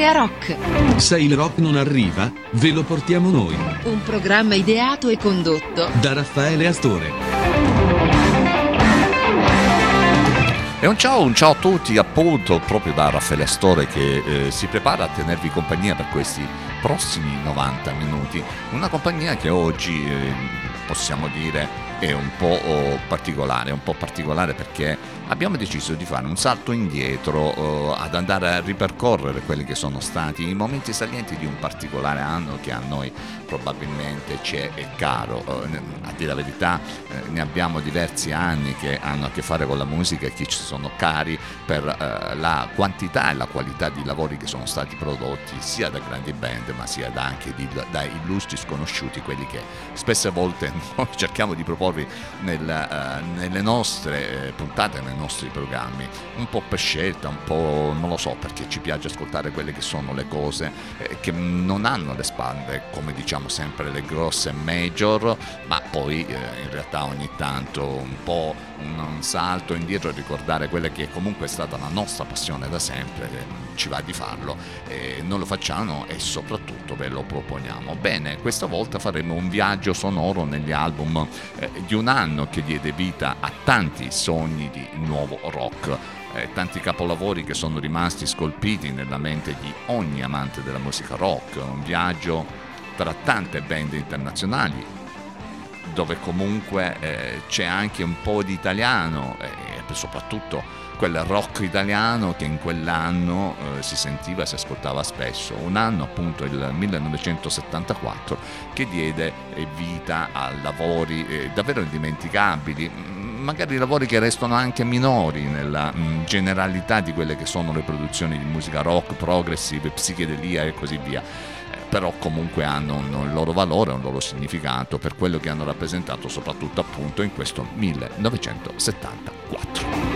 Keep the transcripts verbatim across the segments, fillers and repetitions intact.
Area Rock. Se il rock non arriva, ve lo portiamo noi. Un programma ideato e condotto da Raffaele Astore. E un ciao, un ciao a tutti, appunto, proprio da Raffaele Astore che eh, si prepara a tenervi compagnia per questi prossimi novanta minuti. Una compagnia che oggi eh, possiamo dire è un po' particolare, un po' particolare perché abbiamo deciso di fare un salto indietro, eh, ad andare a ripercorrere quelli che sono stati i momenti salienti di un particolare anno che a noi probabilmente ci è caro. Eh, a dire la verità, eh, ne abbiamo diversi anni che hanno a che fare con la musica e che ci sono cari per eh, la quantità e la qualità di lavori che sono stati prodotti sia da grandi band ma sia da anche di, da illustri sconosciuti, quelli che spesse volte noi cerchiamo di proporvi nel, uh, nelle nostre eh, puntate, nei nostri programmi, un po' per scelta, un po' non lo so, perché ci piace ascoltare quelle che sono le cose eh, che non hanno le spalle, come diciamo sempre, le grosse major, ma poi eh, in realtà ogni tanto un po' un, un salto indietro e ricordare quelle che comunque è stata la nostra passione da sempre, eh, ci va di farlo, eh, non lo facciamo e soprattutto ve lo proponiamo. Bene, questa volta faremo un viaggio sonoro negli album eh, di un anno che diede vita a tanti sogni di nuovo rock, eh, tanti capolavori che sono rimasti scolpiti nella mente di ogni amante della musica rock, un viaggio tra tante band internazionali dove comunque eh, c'è anche un po' di italiano e eh, soprattutto quel rock italiano che in quell'anno eh, si sentiva e si ascoltava spesso. Un anno, appunto, il millenovecentosettantaquattro, che diede vita a lavori eh, davvero indimenticabili, magari lavori che restano anche minori nella mh, generalità di quelle che sono le produzioni di musica rock, progressive, psichedelia e così via, eh, però comunque hanno un, un loro valore, un loro significato per quello che hanno rappresentato, soprattutto appunto in questo millenovecentosettantaquattro.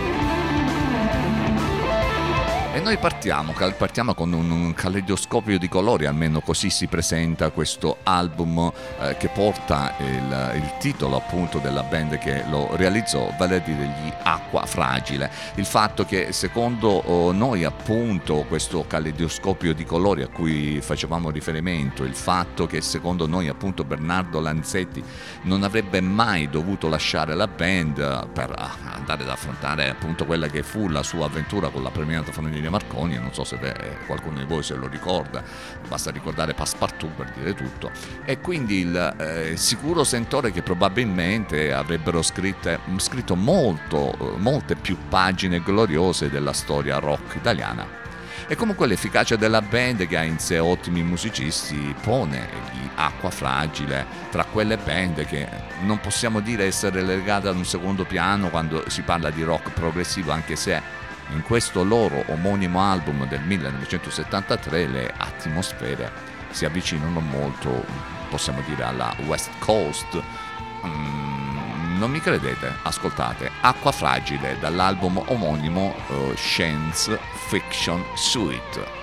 E noi partiamo, partiamo con un, un caleidoscopio di colori, almeno così si presenta questo album eh, che porta il, il titolo appunto della band che lo realizzò, vale a dire gli Acqua Fragile. Il fatto che secondo oh, noi appunto questo caleidoscopio di colori a cui facevamo riferimento, il fatto che secondo noi appunto Bernardo Lanzetti non avrebbe mai dovuto lasciare la band per andare ad affrontare appunto quella che fu la sua avventura con la premiata famiglia Marconi, non so se beh, qualcuno di voi se lo ricorda, basta ricordare Passepartout per dire tutto, e quindi il eh, sicuro sentore che probabilmente avrebbero scritte, scritto molto, molte più pagine gloriose della storia rock italiana. E comunque l'efficacia della band, che ha in sé ottimi musicisti, pone gli Acqua Fragile tra quelle band che non possiamo dire essere relegate ad un secondo piano quando si parla di rock progressivo, anche se in questo loro omonimo album del millenovecentosettantatré le atmosfere si avvicinano molto, possiamo dire, alla West Coast. Mm, non mi credete? Ascoltate Acqua Fragile dall'album omonimo uh, Science Fiction Suite.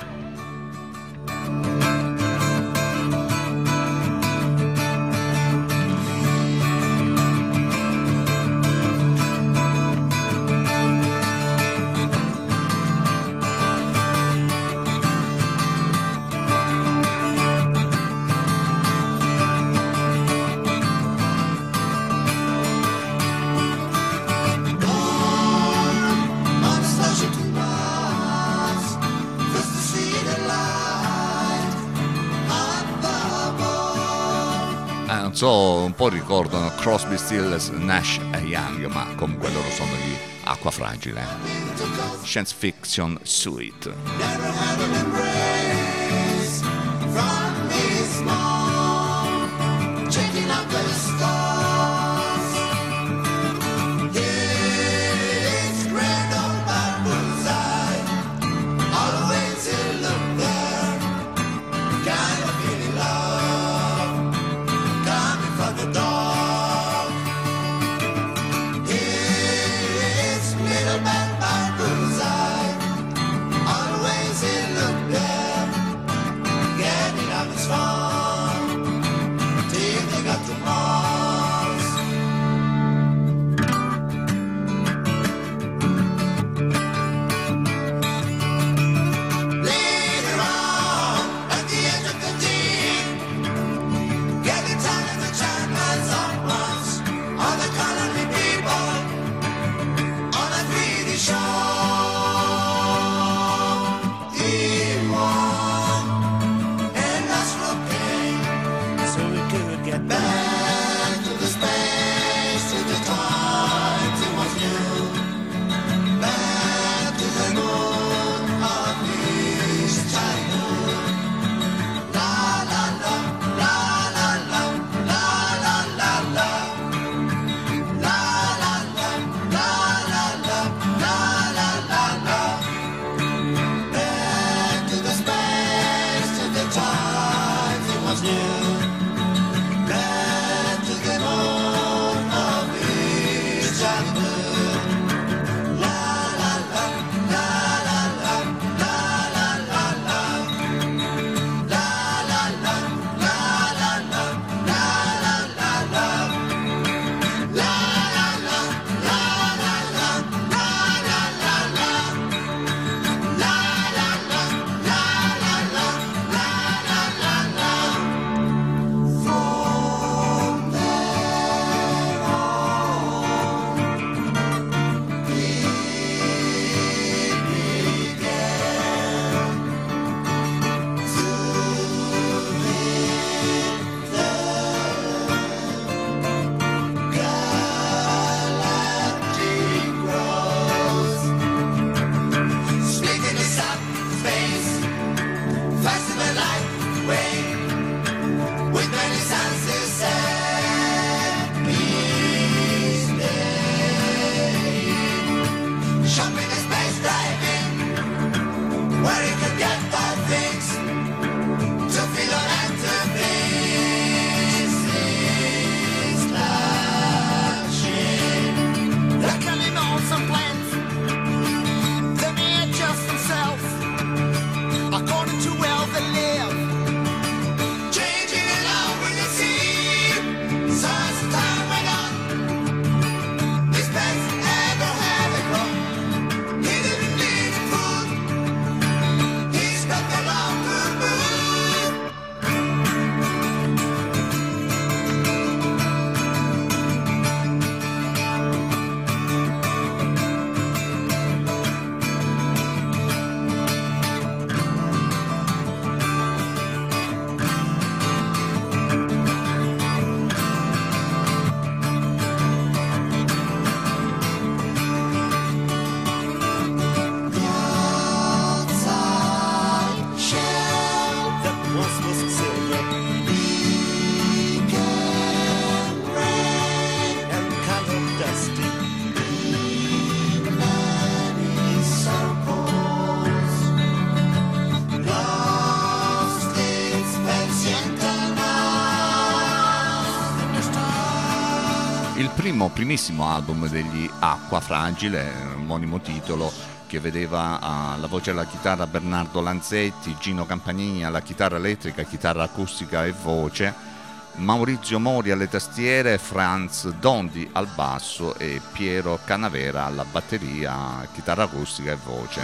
So, un po' ricordano Crosby, Stills, Nash e Young, ma comunque loro sono gli Acqua Fragile. Science Fiction Suite. Getting up primo, primissimo album degli Acqua Fragile, omonimo titolo, che vedeva alla voce alla chitarra Bernardo Lanzetti, Gino Campanini alla chitarra elettrica, chitarra acustica e voce, Maurizio Mori alle tastiere, Franz Dondi al basso e Piero Canavera alla batteria, chitarra acustica e voce.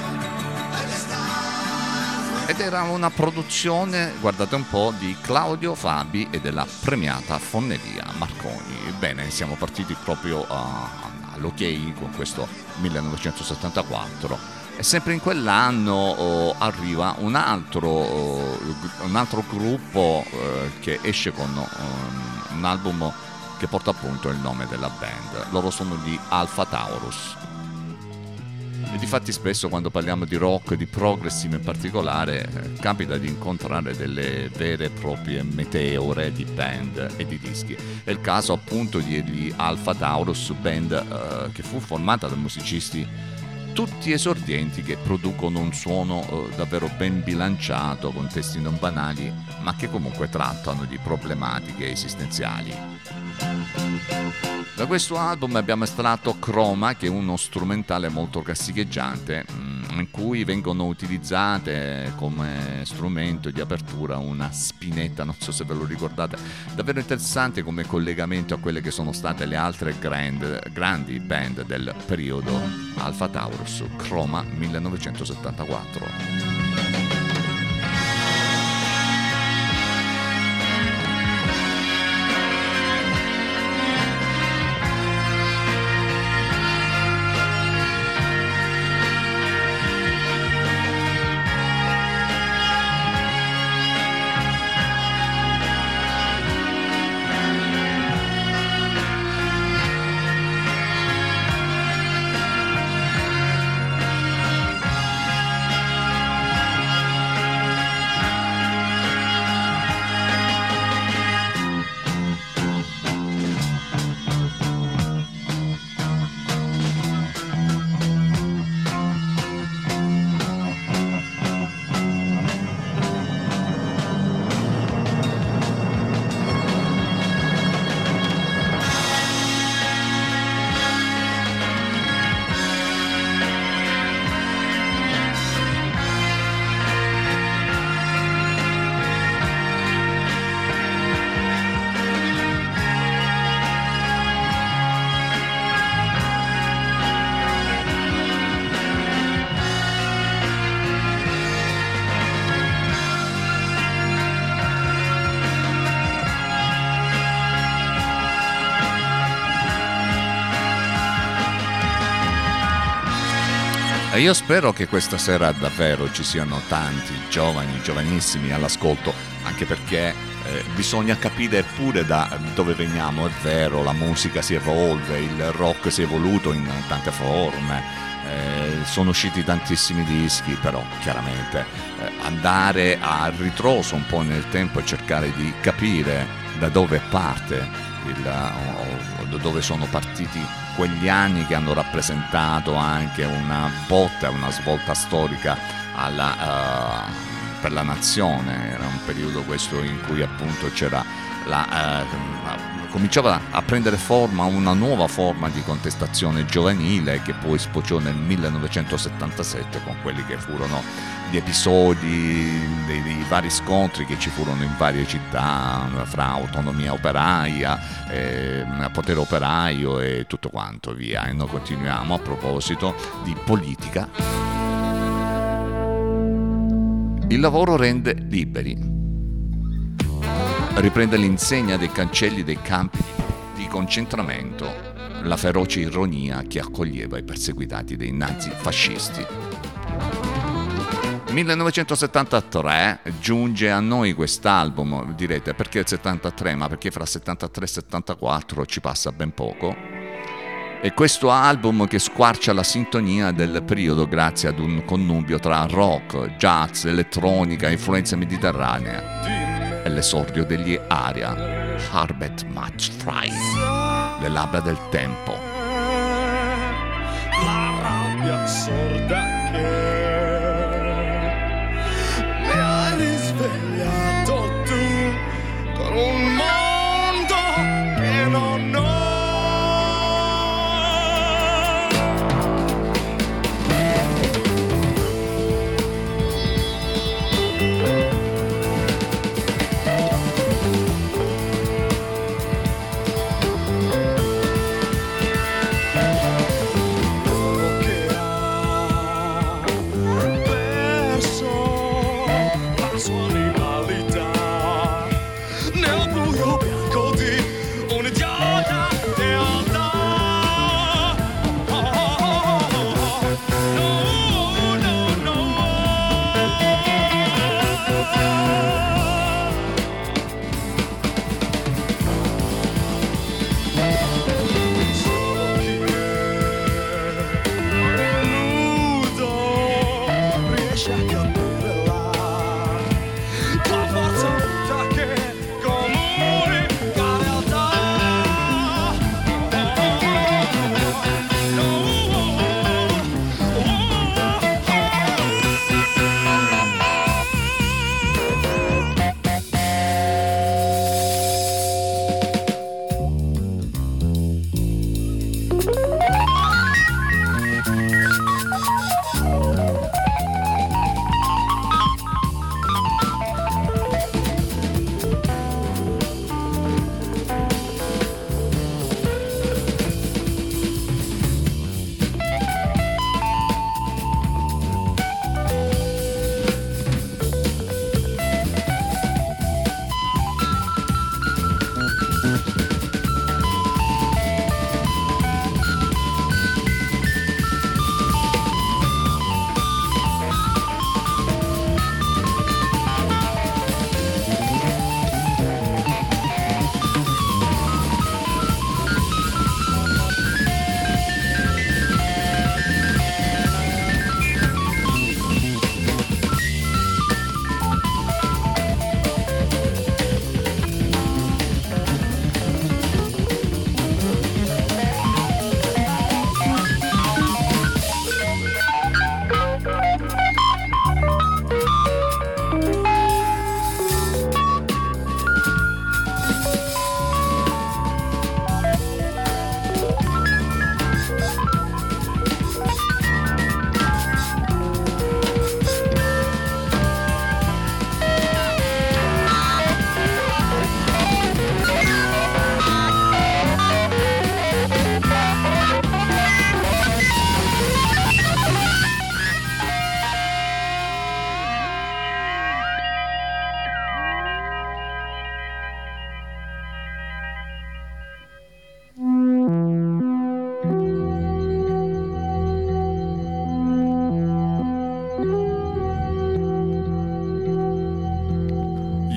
Ed era una produzione, guardate un po', di Claudio Fabi e della premiata Fonneria Marconi. Bene, siamo partiti proprio a, all'ok con questo millenovecentosettantaquattro e sempre in quell'anno oh, arriva un altro, oh, un altro gruppo eh, che esce con um, un album che porta appunto il nome della band. Loro sono gli Alpha Taurus. E difatti spesso quando parliamo di rock, di progressive in particolare, eh, capita di incontrare delle vere e proprie meteore di band e di dischi. È il caso appunto degli Alpha Taurus, band eh, che fu formata da musicisti tutti esordienti che producono un suono eh, davvero ben bilanciato, con testi non banali, ma che comunque trattano di problematiche esistenziali. Da questo album abbiamo estratto Chroma, che è uno strumentale molto classicheggiante, in cui vengono utilizzate come strumento di apertura una spinetta, non so se ve lo ricordate, davvero interessante come collegamento a quelle che sono state le altre grand, grandi band del periodo. Alpha Taurus, Chroma millenovecentosettantaquattro. E io spero che questa sera davvero ci siano tanti giovani, giovanissimi all'ascolto, anche perché eh, bisogna capire pure da dove veniamo. È vero, la musica si evolve, il rock si è evoluto in tante forme, eh, sono usciti tantissimi dischi, però chiaramente eh, andare a ritroso un po' nel tempo e cercare di capire da dove parte il, o, da dove sono partiti quegli anni che hanno rappresentato anche una botta, una svolta storica alla, uh, per la nazione. Era un periodo questo in cui appunto c'era la, uh, cominciava a prendere forma una nuova forma di contestazione giovanile, che poi sfociò nel millenovecentosettantasette con quelli che furono gli episodi dei, dei vari scontri che ci furono in varie città fra autonomia operaia, eh, potere operaio e tutto quanto via. E noi continuiamo a proposito di politica. Il lavoro rende liberi. Riprende l'insegna dei cancelli dei campi di concentramento, la feroce ironia che accoglieva i perseguitati dei nazi fascisti. millenovecentosettantatré giunge a noi quest'album. Direte, perché il settantatré? Ma perché fra settantatré e settantaquattro ci passa ben poco. E questo album che squarcia la sintonia del periodo grazie ad un connubio tra rock, jazz, elettronica, influenza mediterranea e l'esordio degli Aria, Harbet Match Fry, le labbra del tempo. La rabbia sorda che mi hai risvegliato tu con un mondo che non ho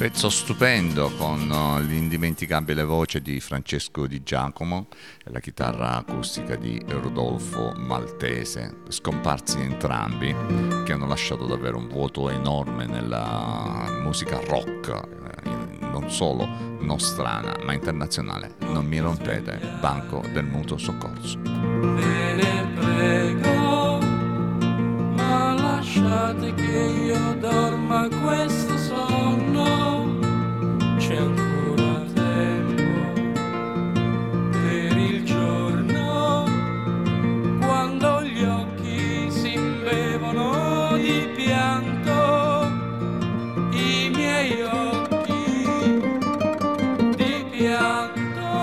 Pezzo stupendo con l'indimenticabile voce di Francesco Di Giacomo e la chitarra acustica di Rodolfo Maltese, scomparsi entrambi, che hanno lasciato davvero un vuoto enorme nella musica rock, non solo nostrana ma internazionale. Non mi rompete, Banco del Mutuo Soccorso. Ve ne prego, ma lasciate che io dorma questo sonno. C'è ancora tempo per il giorno, quando gli occhi si imbevono di pianto, i miei occhi di pianto.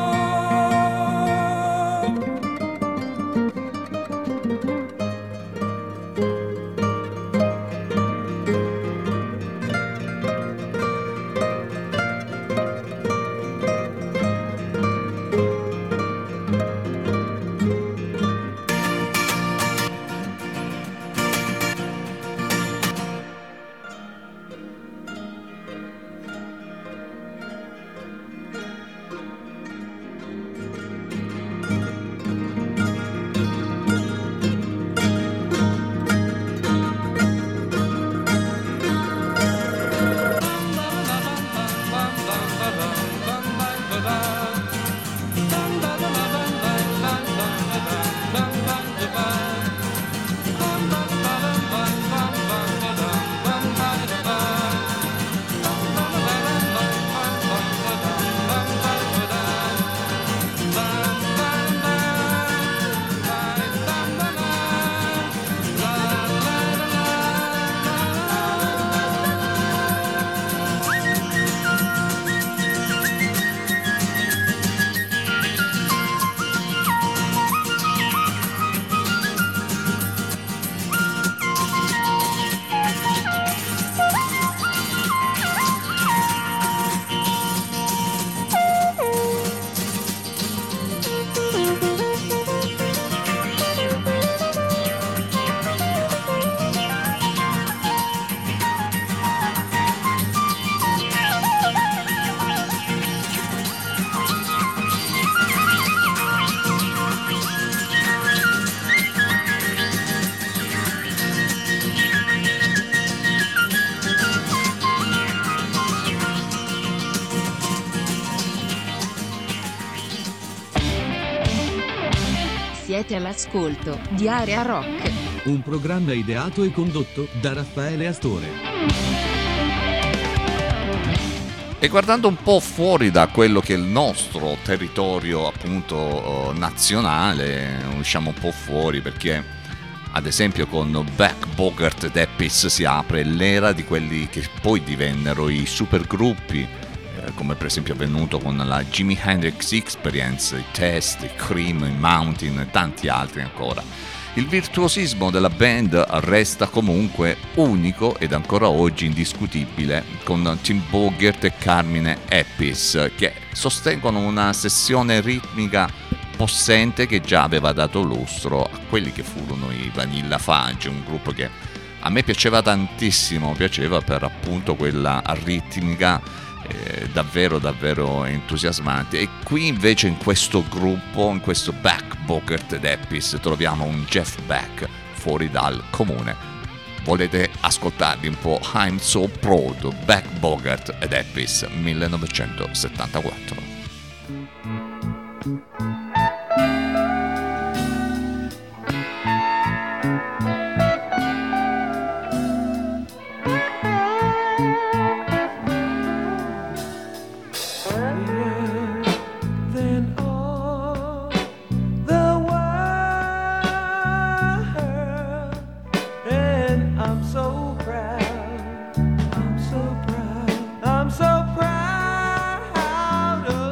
Siete all'ascolto di Area Rock, un programma ideato e condotto da Raffaele Astore. E guardando un po' fuori da quello che è il nostro territorio appunto nazionale, usciamo un po' fuori perché ad esempio con Beck, Bogert ed Eppis si apre l'era di quelli che poi divennero i supergruppi, come per esempio è avvenuto con la Jimi Hendrix Experience, i Test, i Cream, i Mountain e tanti altri ancora. Il virtuosismo della band resta comunque unico ed ancora oggi indiscutibile, con Tim Bogert e Carmine Eppis che sostengono una sessione ritmica possente che già aveva dato lustro a quelli che furono i Vanilla Fudge, un gruppo che a me piaceva tantissimo, piaceva per appunto quella ritmica Eh, davvero davvero entusiasmante. E qui invece in questo gruppo, in questo Beck, Bogert ed Eppis, troviamo un Jeff Beck fuori dal comune. Volete ascoltarvi un po'? I'm So Proud, Beck, Bogert ed Eppis, millenovecentosettantaquattro. I'm so proud of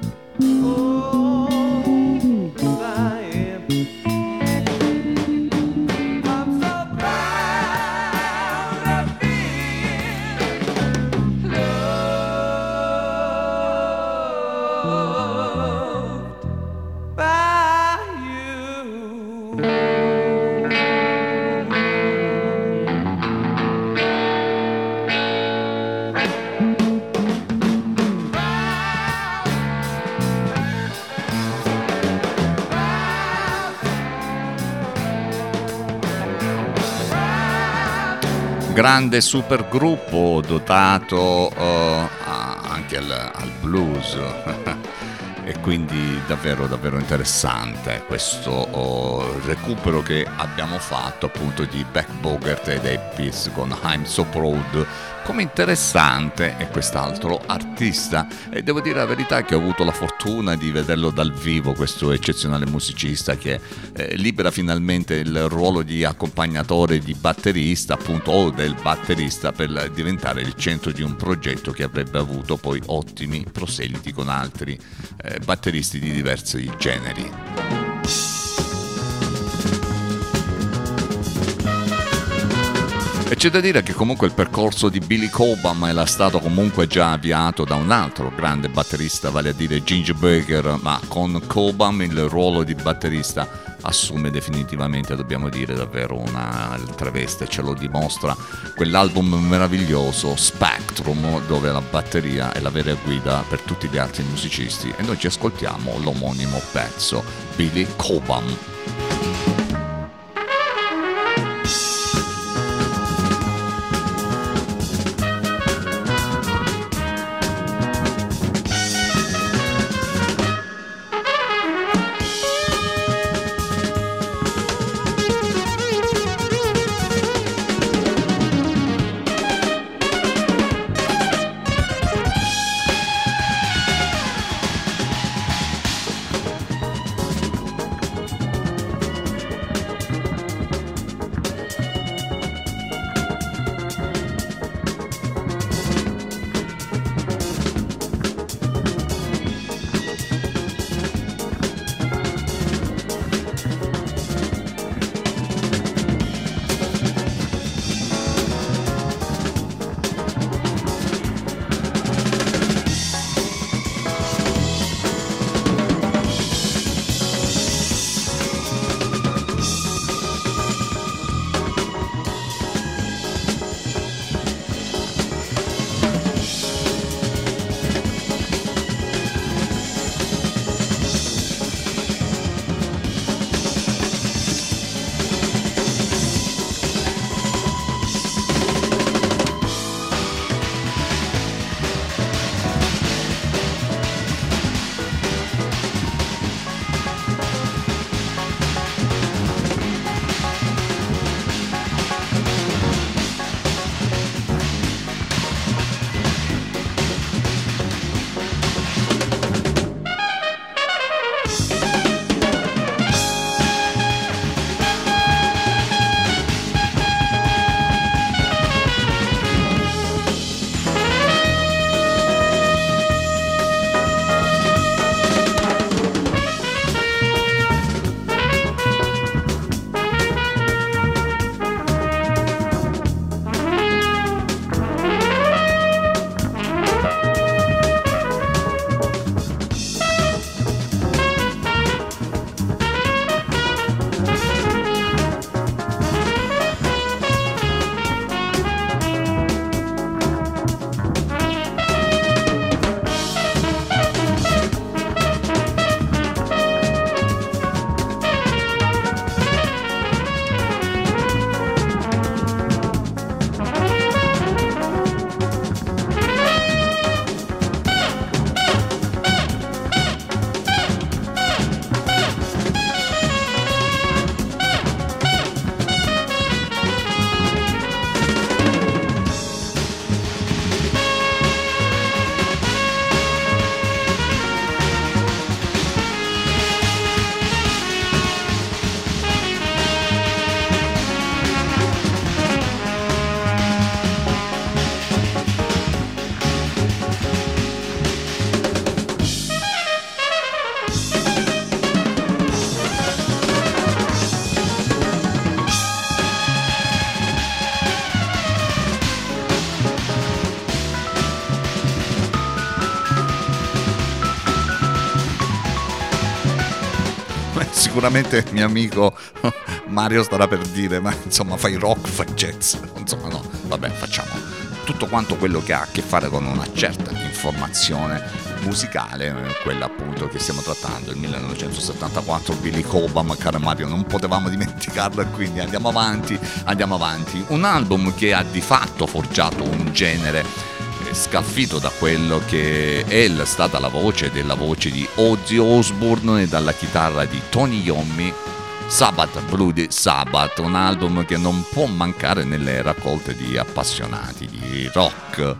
Grande supergruppo dotato uh, anche al, al blues e quindi davvero davvero interessante questo uh, recupero che abbiamo fatto appunto di Beck Bogert ed Epis con I'm So Proud. Come interessante è quest'altro artista, e devo dire la verità che ho avuto la fortuna di vederlo dal vivo, questo eccezionale musicista che eh, libera finalmente il ruolo di accompagnatore, di batterista appunto, o del batterista, per diventare il centro di un progetto che avrebbe avuto poi ottimi proseliti con altri eh, batteristi di diversi generi. E c'è da dire che comunque il percorso di Billy Cobham era stato comunque già avviato da un altro grande batterista, vale a dire Ginger Baker, ma con Cobham il ruolo di batterista assume definitivamente, dobbiamo dire, davvero un'altra veste. Ce lo dimostra quell'album meraviglioso Spectrum, dove la batteria è la vera guida per tutti gli altri musicisti, e noi ci ascoltiamo l'omonimo pezzo Billy Cobham. Sicuramente mio amico Mario starà per dire, ma insomma fai rock, fai jazz, insomma no, vabbè, facciamo tutto quanto quello che ha a che fare con una certa informazione musicale, quella appunto che stiamo trattando, il millenovecentosettantaquattro, Billy Cobham, caro Mario, non potevamo dimenticarlo, e quindi andiamo avanti, andiamo avanti. Un album che ha di fatto forgiato un genere scalfito da quello che è stata la voce della voce di Ozzy Osbourne e dalla chitarra di Tony Iommi, Sabbath, Bloody Sabbath, un album che non può mancare nelle raccolte di appassionati di rock.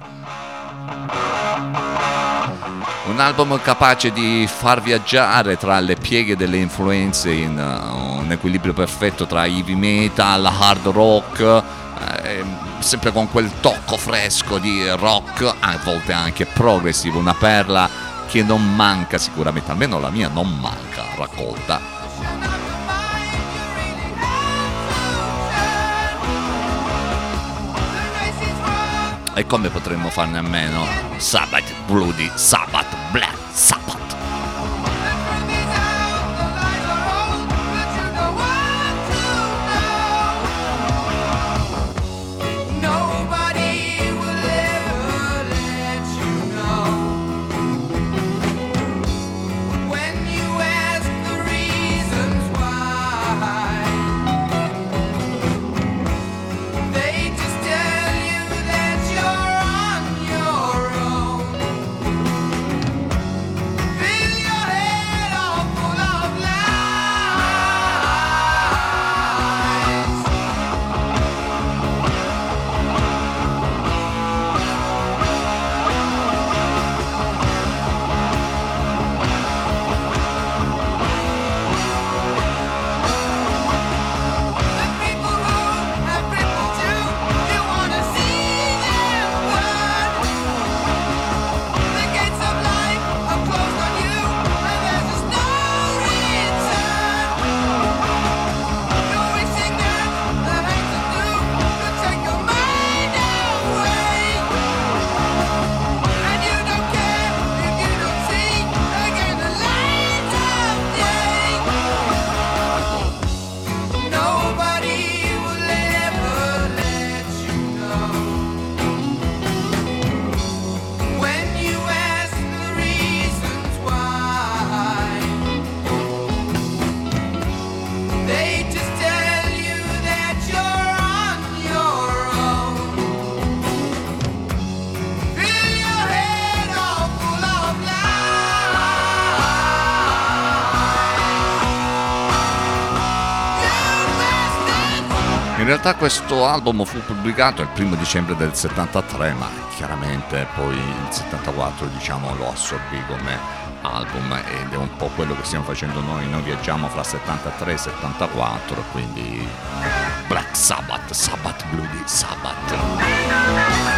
Un album capace di far viaggiare tra le pieghe delle influenze in uh, un equilibrio perfetto tra heavy metal, hard rock, eh, sempre con quel tocco fresco di rock, a volte anche progressive, una perla che non manca sicuramente, almeno la mia non manca, raccolta. E come potremmo farne a meno? Sabbath, Bloody Sabbath, Black Sabbath. In realtà questo album fu pubblicato il primo dicembre del settantatré, ma chiaramente poi il settantaquattro diciamo lo assorbì come album, ed è un po' quello che stiamo facendo noi, noi viaggiamo fra settantatré e settantaquattro, quindi Black Sabbath, Sabbath, Bloody Sabbath.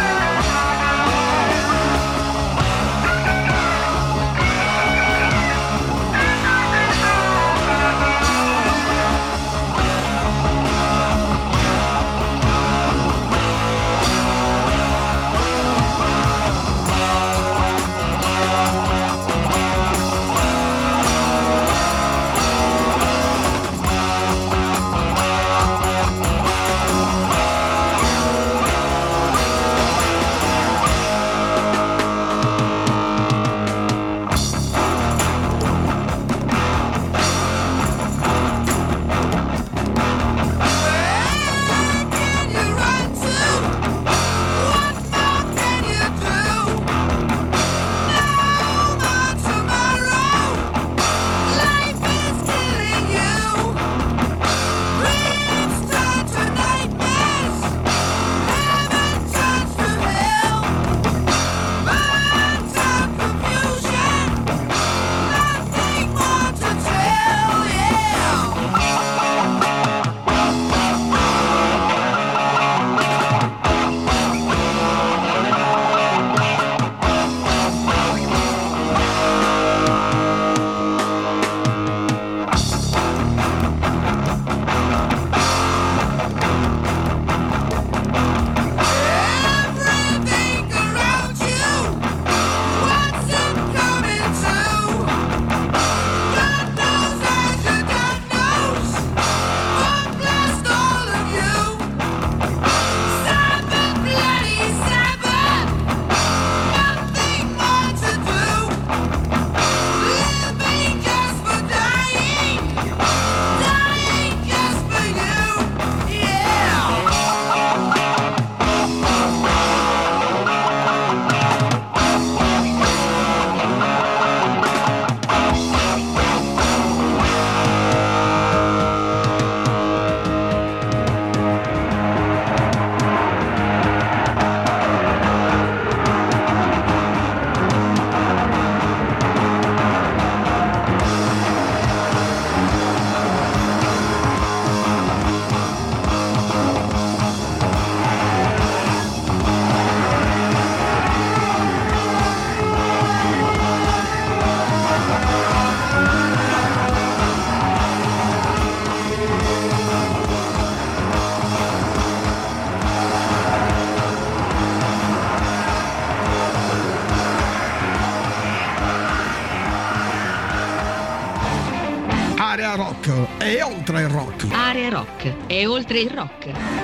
Area Rock e oltre il rock. Area Rock e oltre il rock.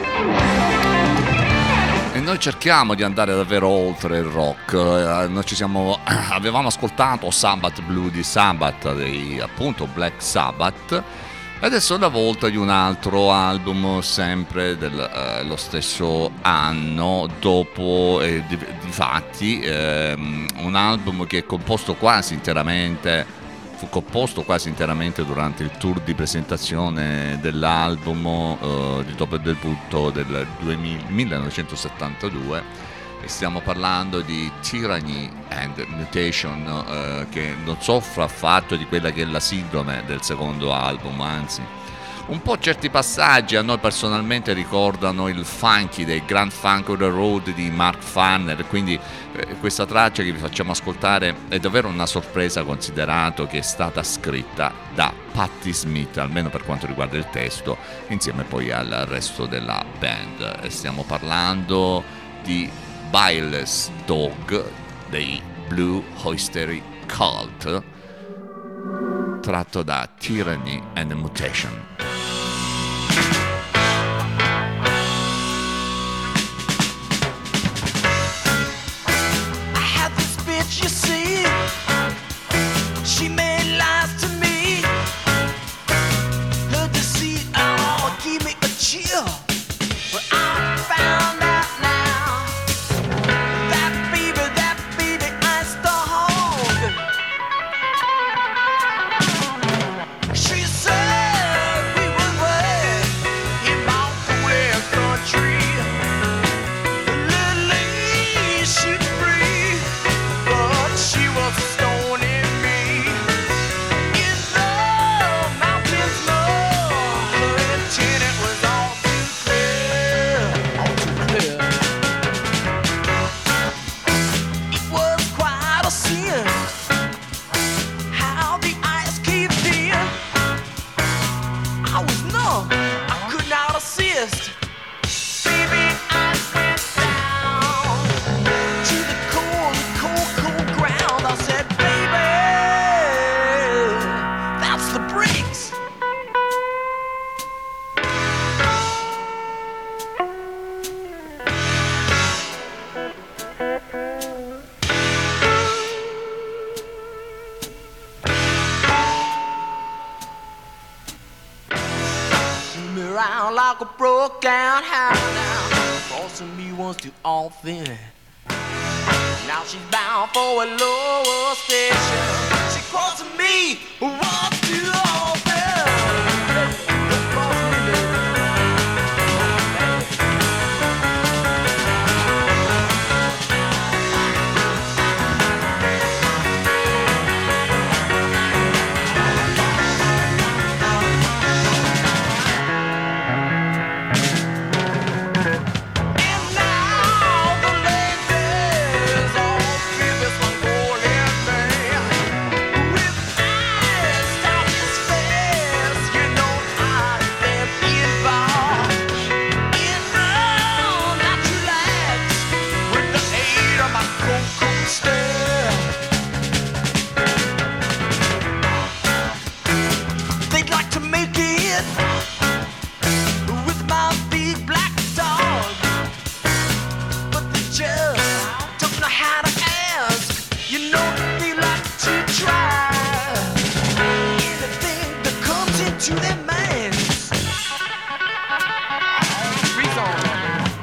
E noi cerchiamo di andare davvero oltre il rock. Eh, noi ci siamo avevamo ascoltato Sabbath Blue di Sabbath, dei, appunto Black Sabbath, e adesso è la volta di un altro album sempre dello eh, stesso anno, dopo eh, di, di fatti ehm, un album che è composto quasi interamente fu composto quasi interamente durante il tour di presentazione dell'album eh, di dopo il debutto del duemila, millenovecentosettantadue, e stiamo parlando di Tyranny and Mutation, eh, che non soffre affatto di quella che è la sindrome del secondo album, anzi un po' certi passaggi a noi personalmente ricordano il funky dei Grand Funk on the Road di Mark Farner, quindi eh, questa traccia che vi facciamo ascoltare è davvero una sorpresa, considerato che è stata scritta da Patti Smith, almeno per quanto riguarda il testo, insieme poi al resto della band. E stiamo parlando di Bileless Dog dei Blue Oyster Cult, tratto da Tyranny and Mutation. You see, she made lies to me. Her deceit, oh, give me a chill. But I found out now that baby, that baby, i's the hog. She said we were wed in my foolish country. Lily, she free. She was stoning me in the mountains low. Her intent was all too clear, all too clear. It was quite a sin how the ice caved in. I was numb, I could not assist. Baby, I went down to the cold, cold, cold ground. I said, baby, that's the bricks. Spin me around like a broke down hound now, forcing me once too often. Now she's bound for a lower station. She crossing me once too often. And now the ladies all feel this one calling me. With eyes stop as fast, you know I am involved. You know not to relax with the aid of my cocoa staff. They'd like to make it with my big black dog, but they just don't know how to ask. You know they like to try anything that comes into their minds. Freeze on.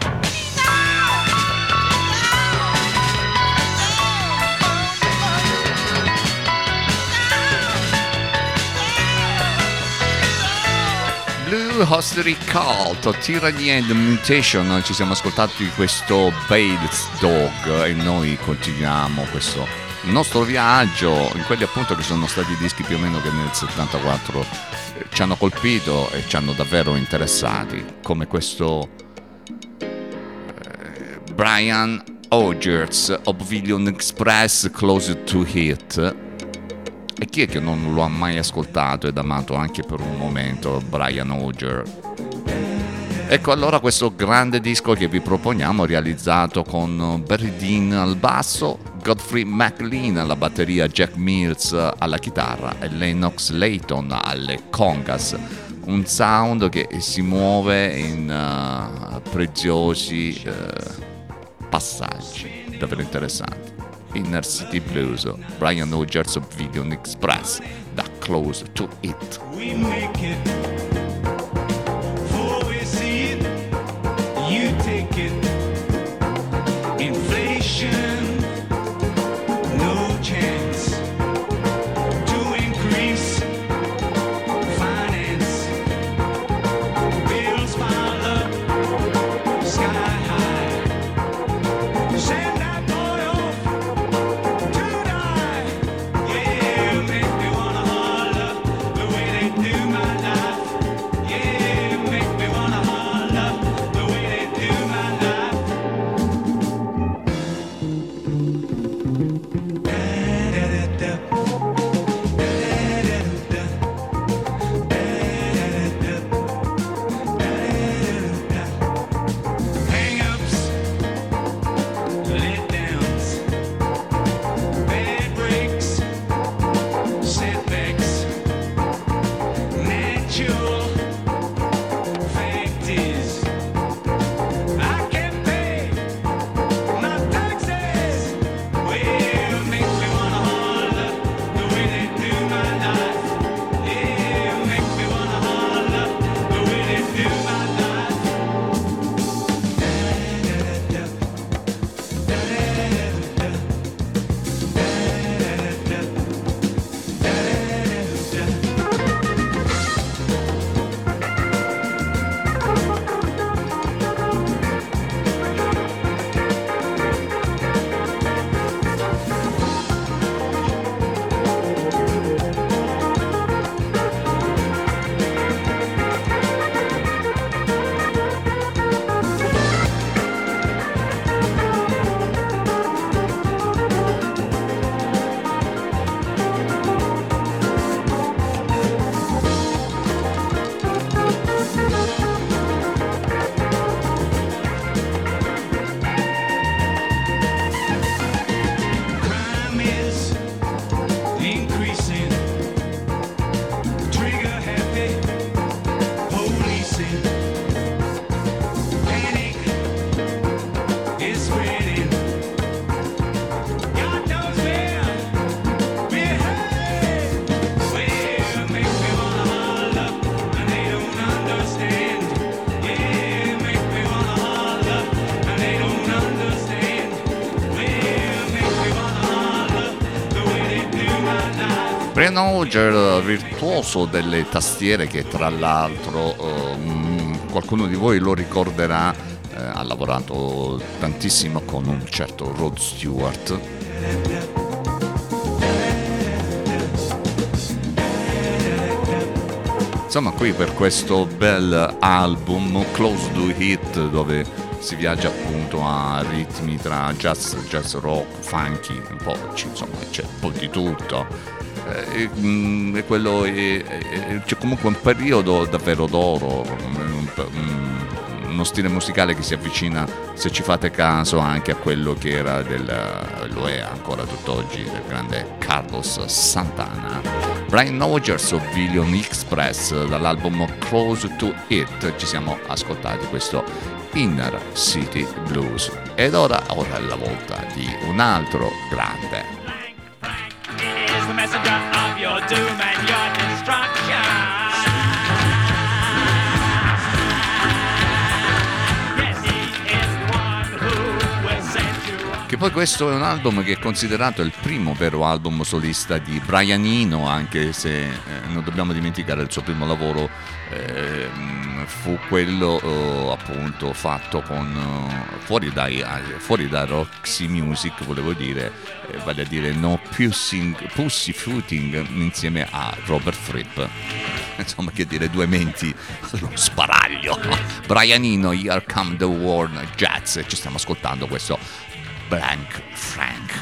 Blue Oyster Cult, Tyranny and Mutation. Ci siamo ascoltati questo Bileless Dog e noi continuiamo questo nostro viaggio in quelli appunto che sono stati dischi più o meno che nel settantaquattro eh, ci hanno colpito e ci hanno davvero interessati, come questo eh, Brian Auger's Oblivion Express Close to Hit. E chi è che non lo ha mai ascoltato ed amato anche per un momento Brian Auger? Ecco allora questo grande disco che vi proponiamo, realizzato con Barry Dean al basso, Godfrey McLean alla batteria, Jack Mills alla chitarra e Lennox Layton alle congas. Un sound che si muove in uh, preziosi uh, passaggi davvero interessanti. Inner City Blues, Brian Rogers of Villion Express, da Close to It. We make it before we see it. You take it. Inflation, no chance to increase finance. Bills pile up, sky high. Send that boy off to die. Yeah, make me wanna holler the way they do my life. Yeah, make me wanna holler the way they do my life. Hang-ups, let-downs, bad breaks, setbacks, natural fact is I can't pay my taxes. Well, make me wanna holler the way they do my life. Yeah, make me wanna holler the way they do my life. Crime is increasing. Trigger happy policing. Panic is spreading. God knows where we're headed. Well, make me wanna holler, and they don't understand. Yeah, make me wanna holler, and they don't understand. Well, make me wanna holler the way they do my life. Brian Auger, virtuoso delle tastiere, che tra l'altro ehm, qualcuno di voi lo ricorderà, eh, ha lavorato tantissimo con un certo Rod Stewart. Insomma, qui per questo bel album Close to It, dove si viaggia appunto a ritmi tra jazz, jazz rock, funky, un po', c- insomma c'è un po' di tutto. Eh, mm, e quello è- è- c'è comunque un periodo davvero d'oro, un- un- uno stile musicale che si avvicina, se ci fate caso, anche a quello che era del, lo è ancora tutt'oggi, del grande Carlos Santana. Brian Rogers of Villion Express, dall'album Close to It ci siamo ascoltati questo Inner City Blues. Ed ora, ora è la volta di un altro grande. Is the messenger of your doom and your destruction. Yes, he is the one who will send you on. Che poi questo è un album che è considerato il primo vero album solista di Brian Eno, anche se eh, non dobbiamo dimenticare il suo primo lavoro eh, fu quello eh, appunto fatto con eh, fuori dai eh, fuori da Roxy Music, volevo dire, eh, vale a dire No Pussing, Pussyfooting, insieme a Robert Fripp. Insomma, che dire, due menti allo sparaglio. Brian Eno, Here Come the Worn Jazz, ci stiamo ascoltando questo Blank Frank.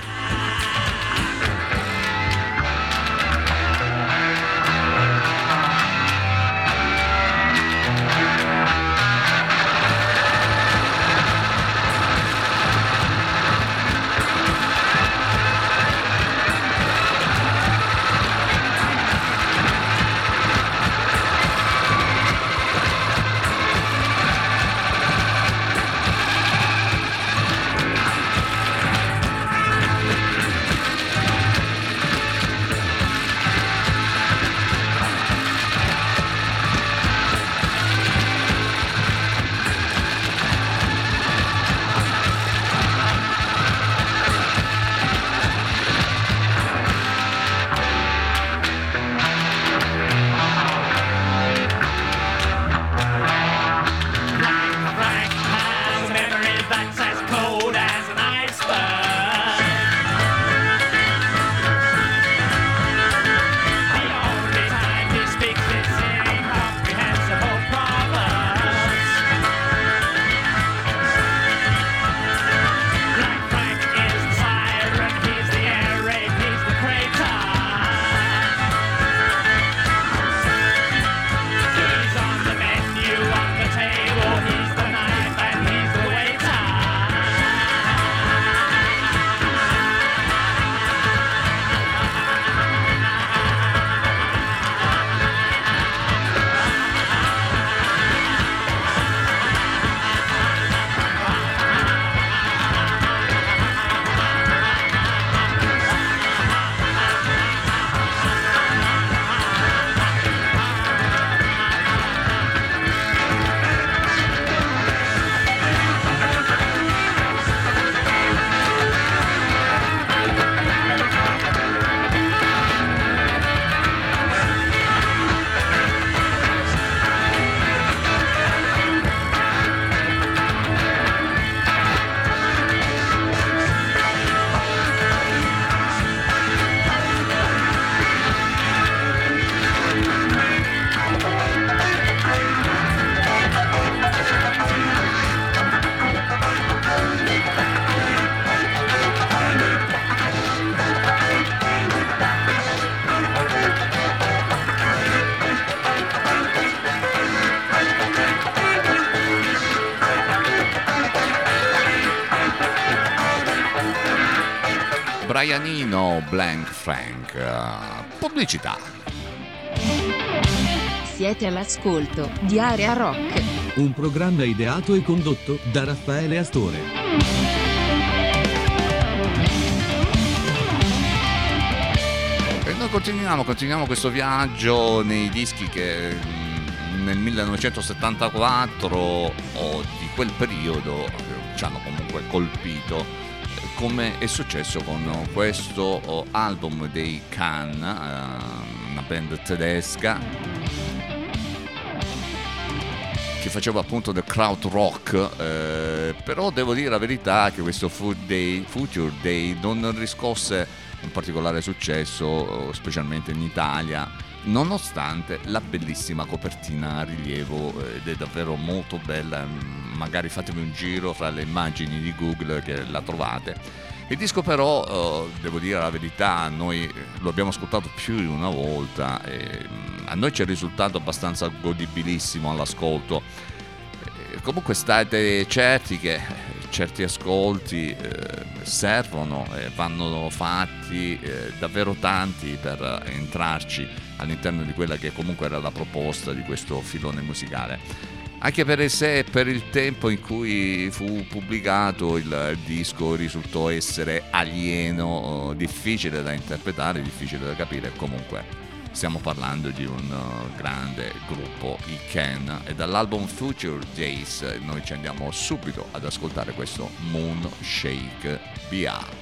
Brian Eno, Blank Frank. Uh, pubblicità. Siete all'ascolto di Area Rock. Un programma ideato e condotto da Raffaele Astore. E noi continuiamo, continuiamo questo viaggio nei dischi che nel millenovecentosettantaquattro o di quel periodo ci hanno comunque colpito, come è successo con questo album dei Can, una band tedesca che faceva appunto del krautrock, eh, però devo dire la verità che questo Food Day, Future Day non riscosse un particolare successo, specialmente in Italia, nonostante la bellissima copertina a rilievo, ed è davvero molto bella. Magari fatevi un giro fra le immagini di Google che la trovate. Il disco però, eh, devo dire la verità, noi lo abbiamo ascoltato più di una volta e a noi ci è risultato abbastanza godibilissimo all'ascolto. E comunque state certi che certi ascolti eh, servono e vanno fatti eh, davvero tanti per entrarci all'interno di quella che comunque era la proposta di questo filone musicale. Anche per sé e per il tempo in cui fu pubblicato il disco risultò essere alieno, difficile da interpretare, difficile da capire. Comunque stiamo parlando di un grande gruppo, i Can, e dall'album Future Days noi ci andiamo subito ad ascoltare questo Moonshake B A.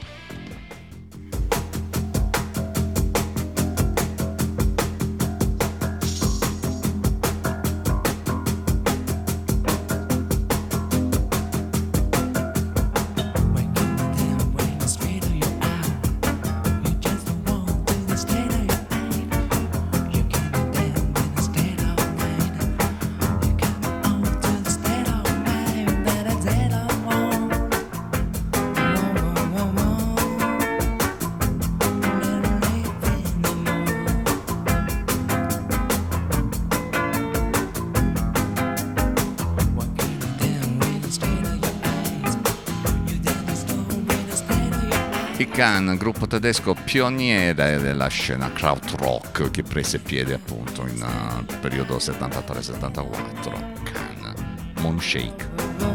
Can, gruppo tedesco pioniere della scena krautrock che prese piede appunto in uh, periodo settantatré settantaquattro. Can, Moonshake.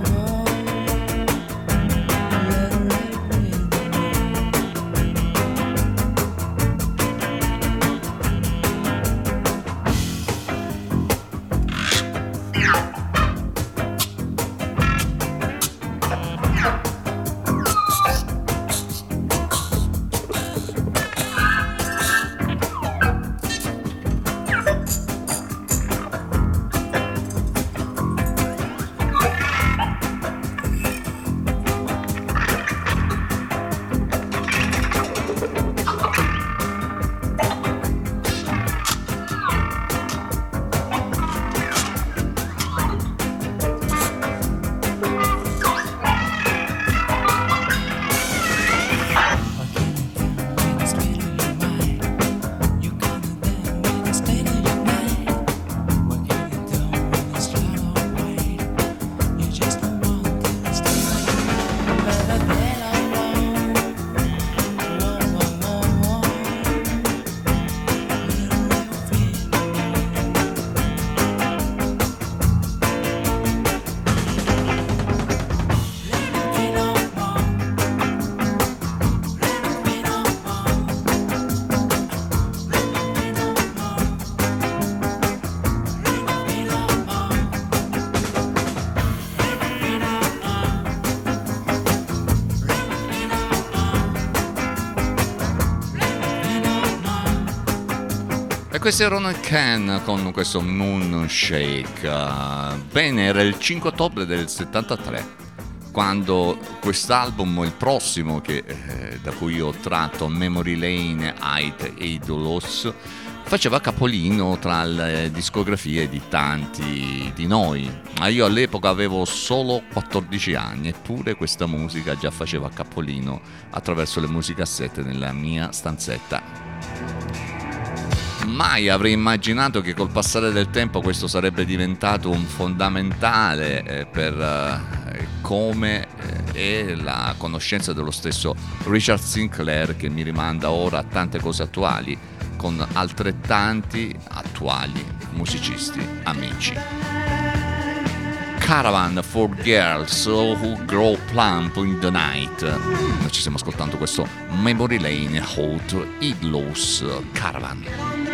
Questi erano i Can con questo Moonshake. Bene, era il cinque ottobre del settantatré quando quest'album, il prossimo che, eh, da cui ho tratto, Memory Lane, Ait e Idolos, faceva capolino tra le discografie di tanti di noi. Ma io all'epoca avevo solo quattordici anni, eppure questa musica già faceva capolino attraverso le musicassette nella mia stanzetta. Mai avrei immaginato che col passare del tempo questo sarebbe diventato un fondamentale eh, per eh, come eh, è la conoscenza dello stesso Richard Sinclair, che mi rimanda ora a tante cose attuali con altrettanti attuali musicisti amici. Caravan for Girls Who Grow Plump in the Night. Noi ci stiamo ascoltando questo Memory Lane Hot Igloos Caravan.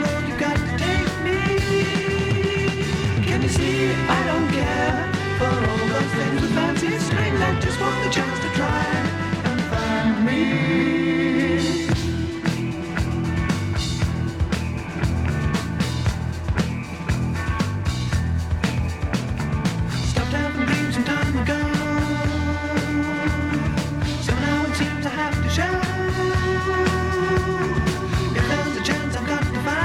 Can you see I don't care for all those things with fancy strings? I just want the chance to try and find me. Stopped having dreams some time ago. So now it seems I have to show. If there's a chance I've got to find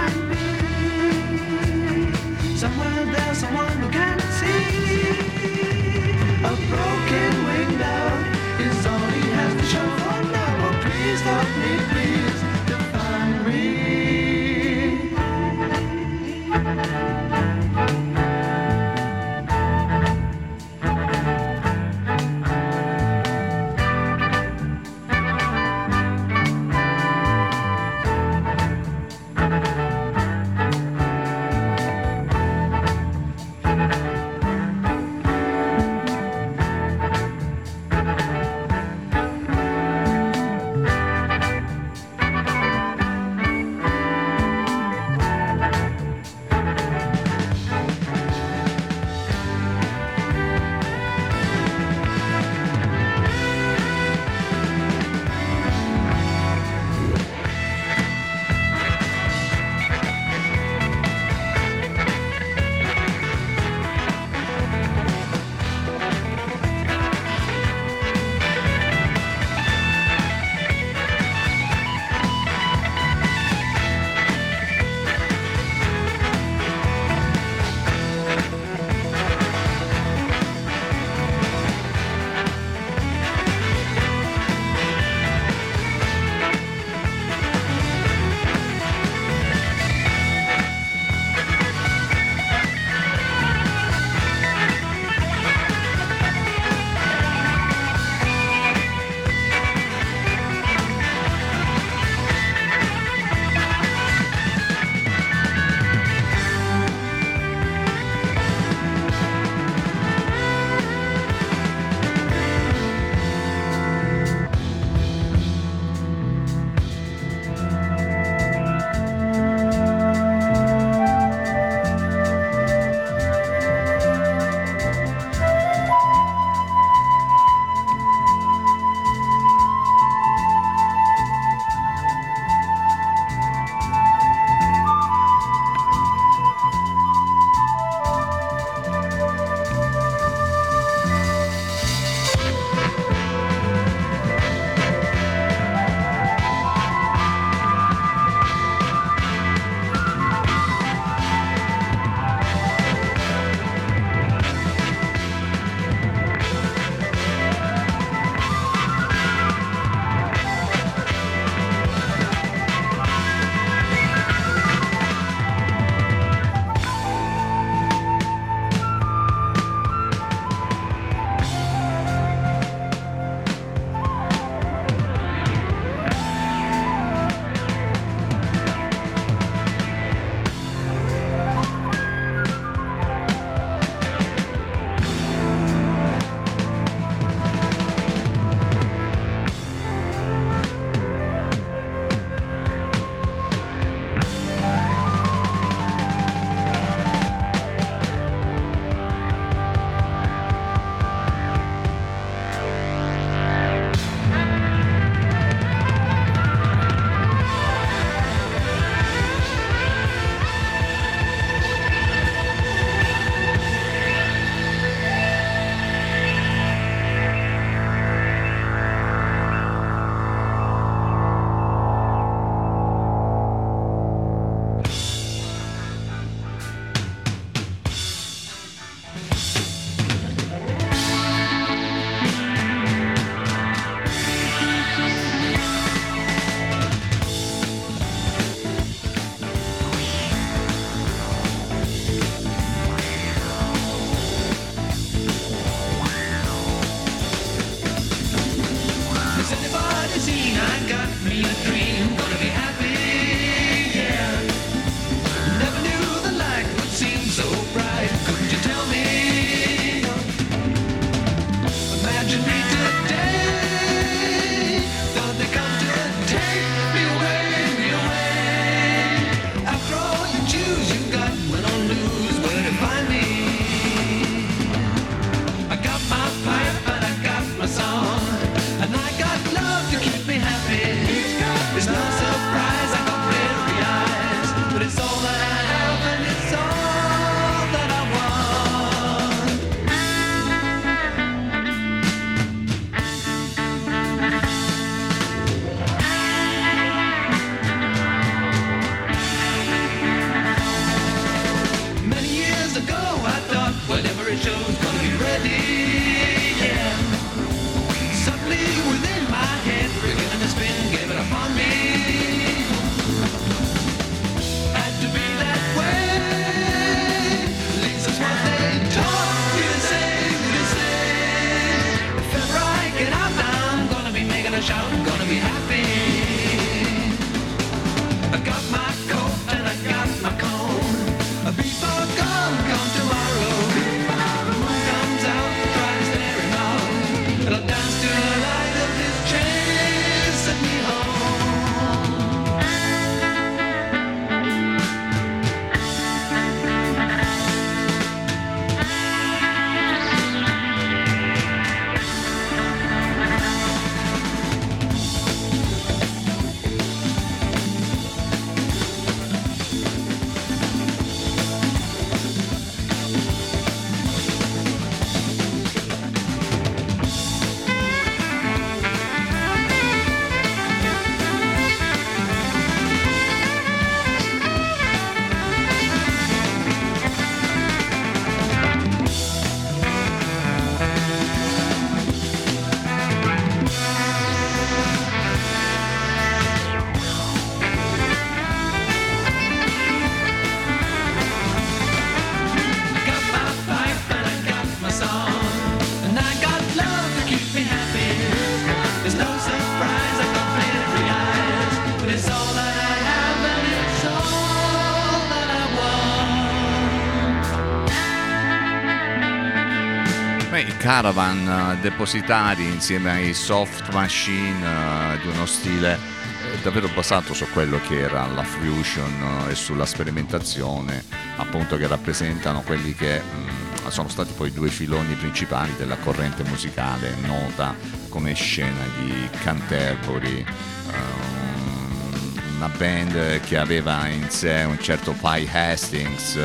Caravan depositari insieme ai Soft Machine, di uno stile davvero basato su quello che era la fusion e sulla sperimentazione, appunto, che rappresentano quelli che mh, sono stati poi due filoni principali della corrente musicale nota come scena di Canterbury, um, una band che aveva in sé un certo Pye Hastings,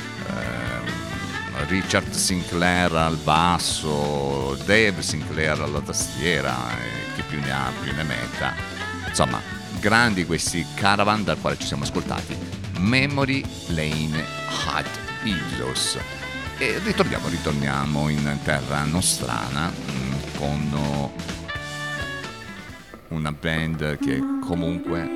Richard Sinclair al basso, Dave Sinclair alla tastiera, eh, chi più ne ha più ne metta. Insomma, grandi questi Caravan, dal quale ci siamo ascoltati Memory Lane Hot Illos. E ritorniamo, ritorniamo in terra nostrana mh, con una band che comunque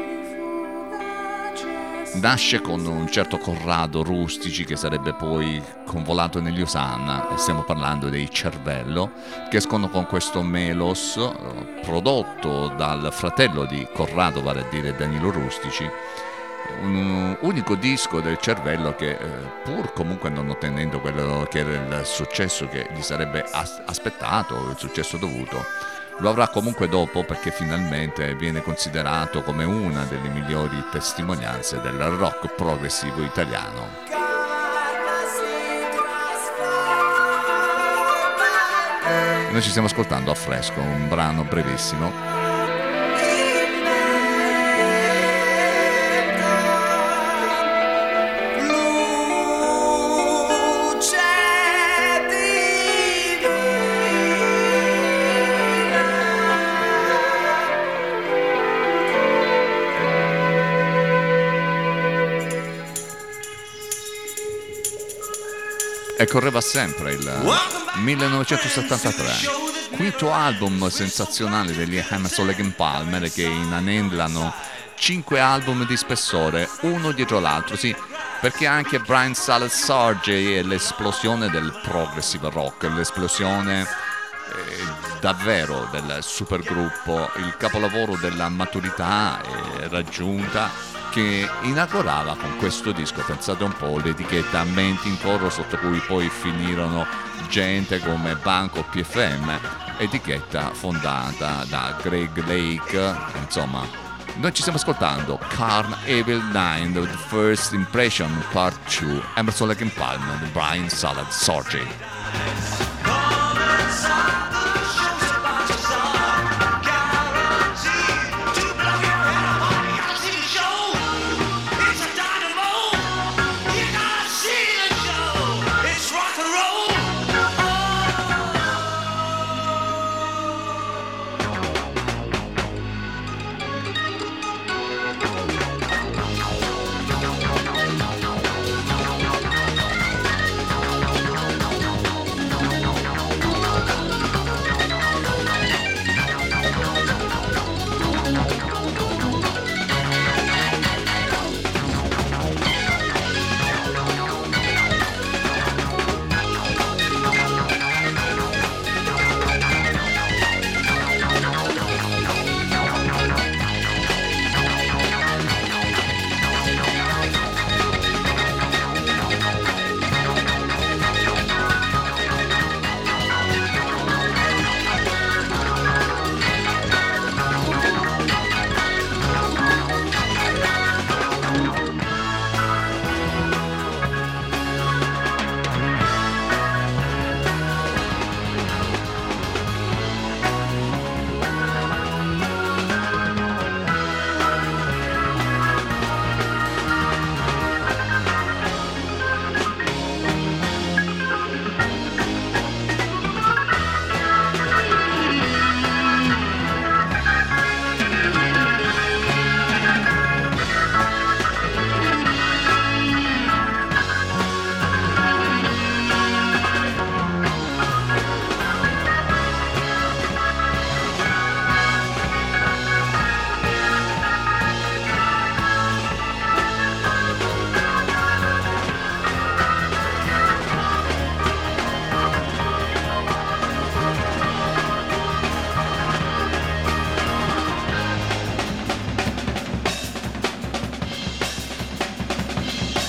nasce con un certo Corrado Rustici, che sarebbe poi convolato negli Osanna, e stiamo parlando dei Cervello, che escono con questo Melos, prodotto dal fratello di Corrado, vale a dire Danilo Rustici, un unico disco del Cervello che, pur comunque non ottenendo quello che era il successo che gli sarebbe as- aspettato, il successo dovuto, lo avrà comunque dopo, perché finalmente viene considerato come una delle migliori testimonianze del rock progressivo italiano. Noi ci stiamo ascoltando A Fresco, un brano brevissimo. E correva sempre il millenovecentosettantatré, quinto album sensazionale degli Emerson Lake and Palmer, che inanellano cinque album di spessore, uno dietro l'altro, sì, perché anche Brian Salad Sargey è l'esplosione del progressive rock, l'esplosione eh, davvero del supergruppo, il capolavoro della maturità eh, raggiunta, che inaugurava con questo disco, pensate un po', l'etichetta Menti in Coro, sotto cui poi finirono gente come Banco P F M, etichetta fondata da Greg Lake. Insomma, noi ci stiamo ascoltando Carn Evil nine, The First Impression Part two, Emerson Lake and Palmer, Brian Salad Sargey.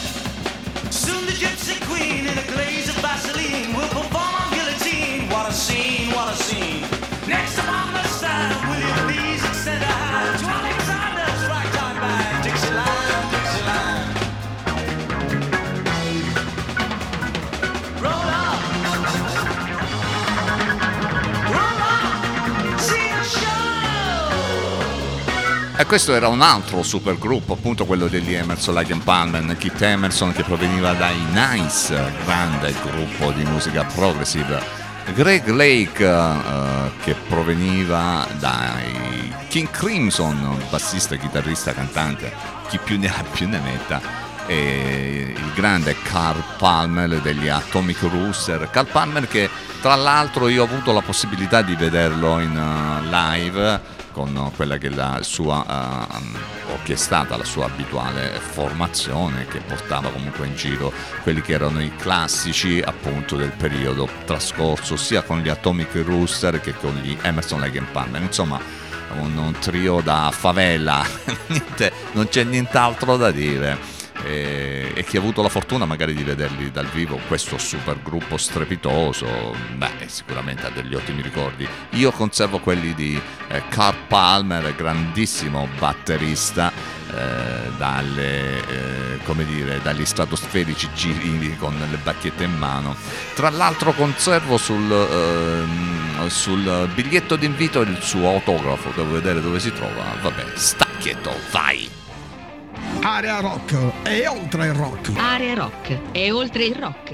Soon the gypsy queen in a glaze of Vaseline will perform on guillotine. What a scene. questo era un altro supergruppo, appunto quello degli Emerson, Lake and Palmer, Keith Emerson, che proveniva dai Nice, grande gruppo di musica progressive. Greg Lake, uh, che proveniva dai King Crimson, bassista, chitarrista, cantante, chi più ne ha più ne metta. E il grande Carl Palmer degli Atomic Rooster. Carl Palmer, che tra l'altro io ho avuto la possibilità di vederlo in uh, live con quella che è la sua uh, o che è stata la sua abituale formazione, che portava comunque in giro quelli che erano i classici appunto del periodo trascorso sia con gli Atomic Rooster che con gli Emerson, Lake and Palmer. Insomma, un, un trio da favela. Niente, non c'è nient'altro da dire. E, e chi ha avuto la fortuna magari di vederli dal vivo, questo super gruppo strepitoso, beh, sicuramente ha degli ottimi ricordi. Io conservo quelli di eh, Carl Palmer, grandissimo batterista, eh, dalle, eh, come dire, dagli stratosferici giri con le bacchette in mano. Tra l'altro conservo sul, eh, sul biglietto d'invito il suo autografo, devo vedere dove si trova. Vabbè, stacchietto, vai! Area rock e oltre il rock. Area rock e oltre il rock.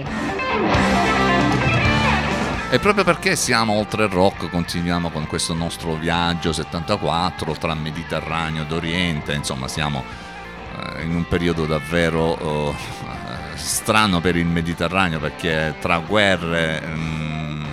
E proprio perché siamo oltre il rock, continuiamo con questo nostro viaggio settantaquattro tra Mediterraneo ed Oriente. Insomma, siamo eh, in un periodo davvero eh, strano per il Mediterraneo, perché tra guerre mh,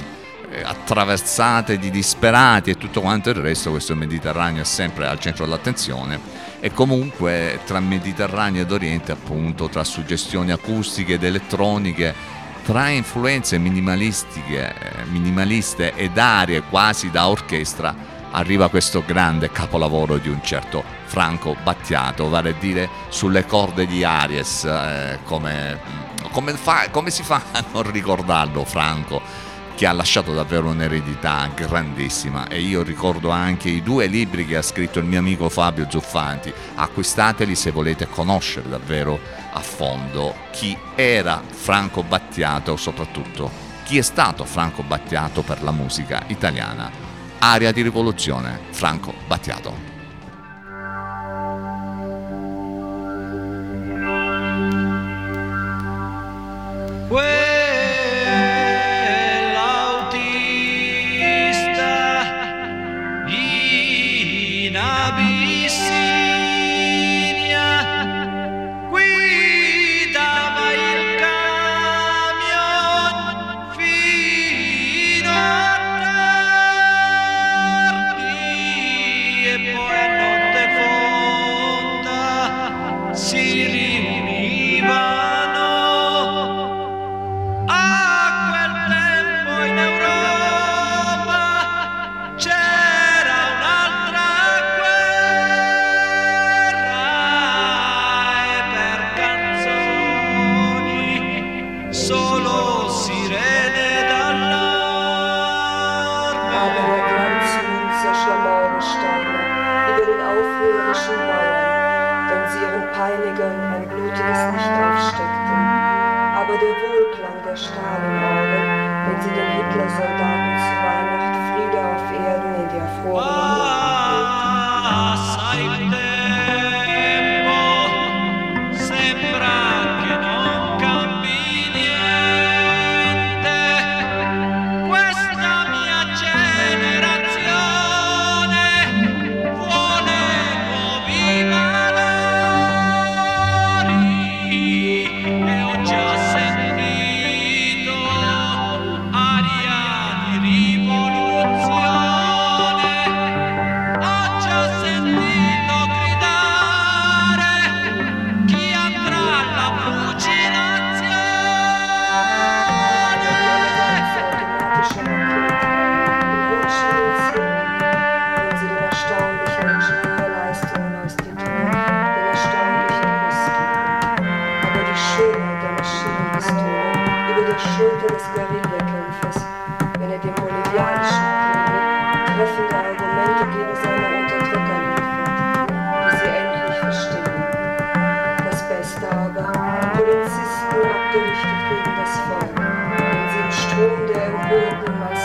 attraversate di disperati e tutto quanto il resto, questo Mediterraneo è sempre al centro dell'attenzione. E comunque tra Mediterraneo ed Oriente, appunto, tra suggestioni acustiche ed elettroniche, tra influenze minimalistiche, minimaliste ed arie quasi da orchestra, arriva questo grande capolavoro di un certo Franco Battiato, vale a dire Sulle corde di Aries. Eh, come, come, fa, come si fa a non ricordarlo Franco, che ha lasciato davvero un'eredità grandissima. E io ricordo anche i due libri che ha scritto il mio amico Fabio Zuffanti. Acquistateli se volete conoscere davvero a fondo chi era Franco Battiato, soprattutto chi è stato Franco Battiato per la musica italiana. Aria di rivoluzione, Franco Battiato.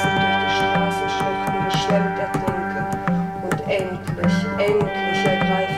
Endlich, endlich ergreifen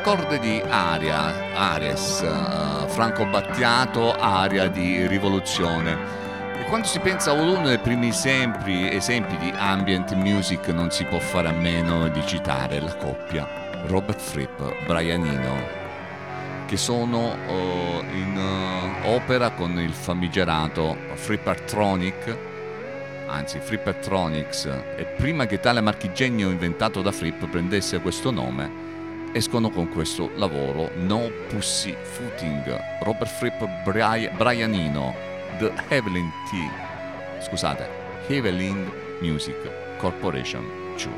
corde di Aria, Ares, uh, Franco Battiato, aria di rivoluzione. E quando si pensa a uno dei primi esempi, esempi di ambient music non si può fare a meno di citare la coppia Robert Fripp, Brian Eno, che sono uh, in uh, opera con il famigerato Frippertronic, anzi Frippertronics, e prima che tale marchingegno inventato da Fripp prendesse questo nome, escono con questo lavoro No Pussyfooting, Robert Fripp, Bri- Brian Eno, The Evelyn T. Scusate, Evelyn Music Corporation due.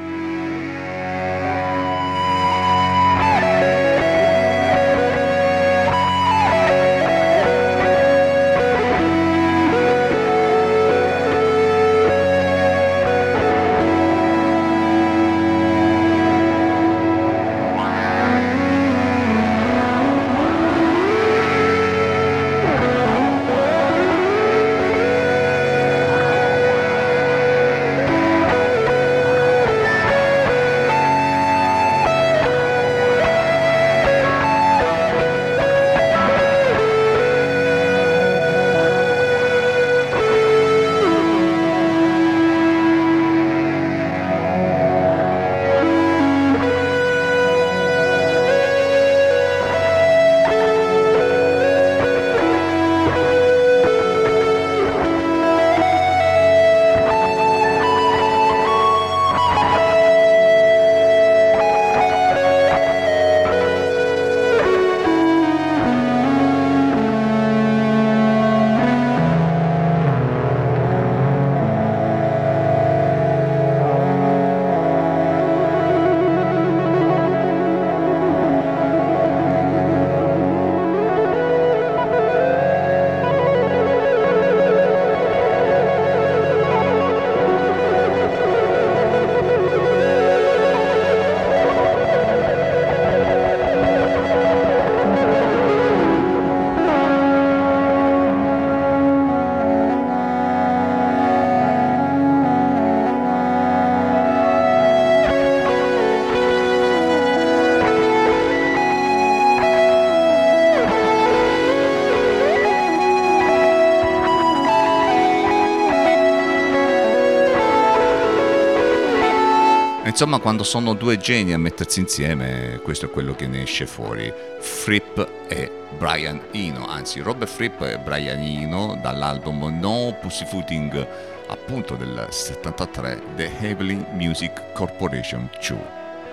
Insomma, quando sono due geni a mettersi insieme, questo è quello che ne esce fuori. Fripp e Brian Eno, anzi Robert Fripp e Brian Eno, dall'album No Pussyfooting, appunto del settantatré, The Evelyn Music Corporation due.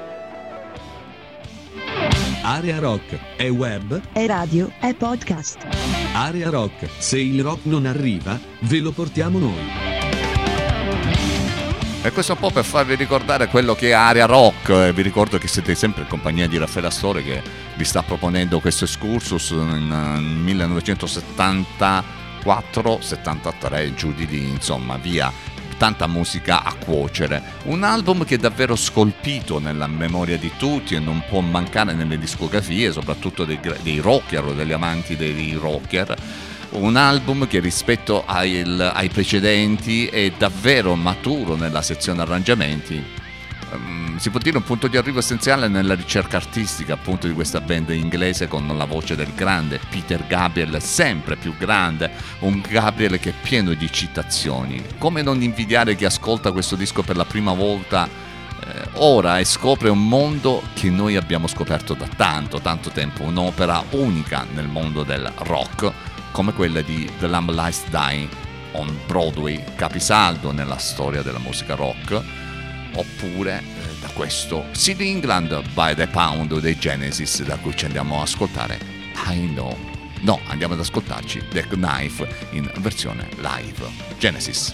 Area Rock è web, È radio, è podcast. Area Rock, se il rock non arriva, ve lo portiamo noi. E questo è un po' per farvi ricordare quello che è Area Rock. E vi ricordo che siete sempre in compagnia di Raffaele Astore, che vi sta proponendo questo excursus in millenovecentosettantaquattro settantatré, giù di lì, insomma, via, tanta musica a cuocere. Un album che è davvero scolpito nella memoria di tutti e non può mancare nelle discografie, soprattutto dei, dei rocker o degli amanti dei rocker. Un album che rispetto ai, ai precedenti è davvero maturo nella sezione arrangiamenti. Um, si può dire un punto di arrivo essenziale nella ricerca artistica, appunto, di questa band inglese, con la voce del grande Peter Gabriel, sempre più grande, un Gabriel che è pieno di citazioni. Come non invidiare chi ascolta questo disco per la prima volta eh, ora e scopre un mondo che noi abbiamo scoperto da tanto, tanto tempo, un'opera unica nel mondo del rock, come quella di The Lamb Lies Dying on Broadway, capisaldo nella storia della musica rock, oppure eh, da questo City England by the Pound dei Genesis, da cui ci andiamo a ascoltare I Know. No, andiamo ad ascoltarci The Knife in versione live. Genesis.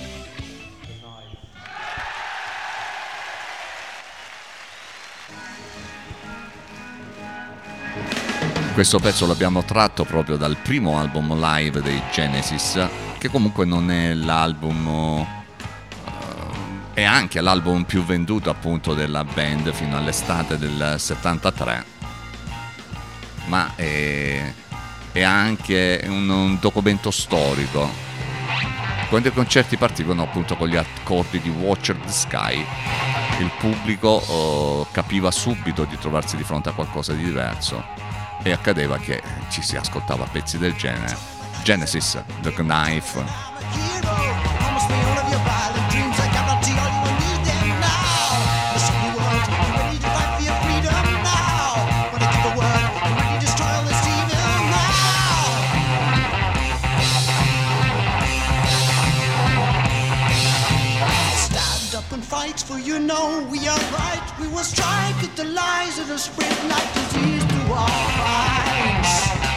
Questo pezzo l'abbiamo tratto proprio dal primo album live dei Genesis, che comunque non è l'album, uh, è anche l'album più venduto appunto della band fino all'estate del settantatré, ma è, è anche un, un documento storico, quando i concerti partivano appunto con gli accordi di Watcher the Sky. il pubblico eh, capiva subito di trovarsi di fronte a qualcosa di diverso e accadeva che ci si ascoltava pezzi del genere. Genesis, The Knife. Fight, for you know we are right. We will strike at the lies that are spread like disease to our minds.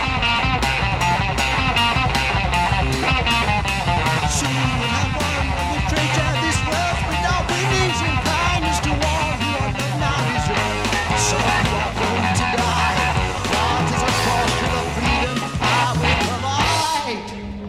Soon we'll have won when we treasure this wealth without winnings and kindness to all who are not now deserve. So you are going to die. God is a cross to the freedom I will provide.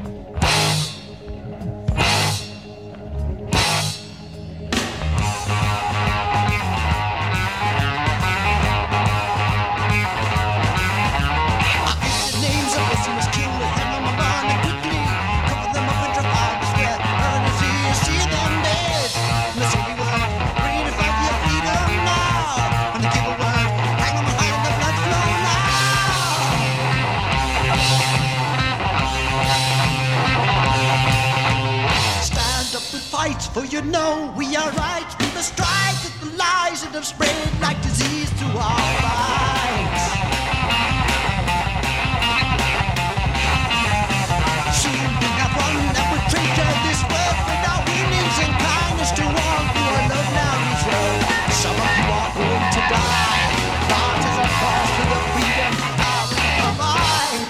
For you know we are right. We must strike at the lies that have spread like disease to our minds. Soon we'll have one that will treasure this world without winnings and kindness to all who are loved now deserve. Some of you are going to die. God is a cost to the freedom I will provide.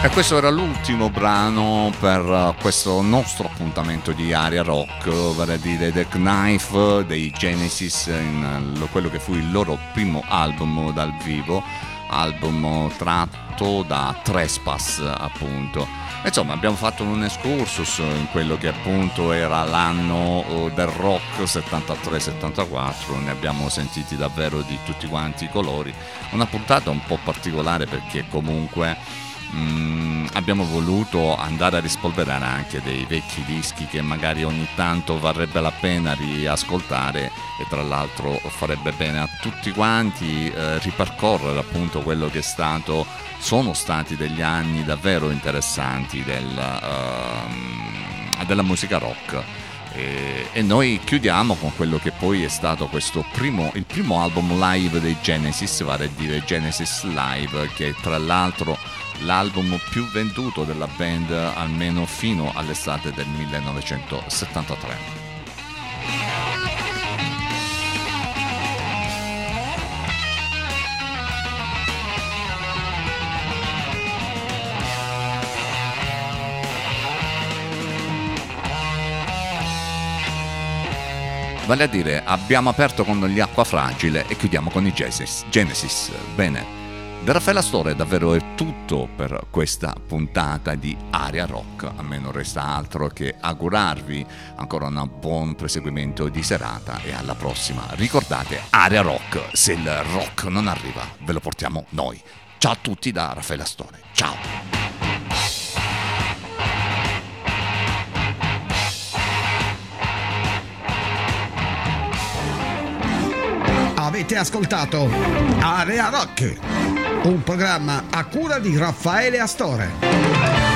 E questo era l'ultimo brano per questo nostro appuntamento di Aria Rock, vale a dire The Knife dei Genesis, in quello che fu il loro primo album dal vivo, album tratto da Trespass appunto. Insomma, abbiamo fatto un excursus in quello che appunto era l'anno del rock settantatré settantaquattro, ne abbiamo sentiti davvero di tutti quanti i colori, una puntata un po' particolare perché comunque Mm, abbiamo voluto andare a rispolverare anche dei vecchi dischi che magari ogni tanto varrebbe la pena riascoltare, e tra l'altro farebbe bene a tutti quanti eh, ripercorrere appunto quello che è stato sono stati degli anni davvero interessanti del, uh, della musica rock. E, e noi chiudiamo con quello che poi è stato questo primo, il primo album live dei Genesis, vale a dire Genesis Live, che è tra l'altro l'album più venduto della band almeno fino all'estate del millenovecentosettantatré. Vale a dire, abbiamo aperto con gli Acqua Fragile e chiudiamo con i Genesis. Genesis. Bene, da Raffaele Astore davvero è tutto per questa puntata di Aria Rock. A me non resta altro che augurarvi ancora un buon proseguimento di serata e alla prossima. Ricordate, Aria Rock, se il rock non arriva ve lo portiamo noi. Ciao a tutti da Raffaele Astore. Ciao. Avete ascoltato Area Rock, un programma a cura di Raffaele Astore.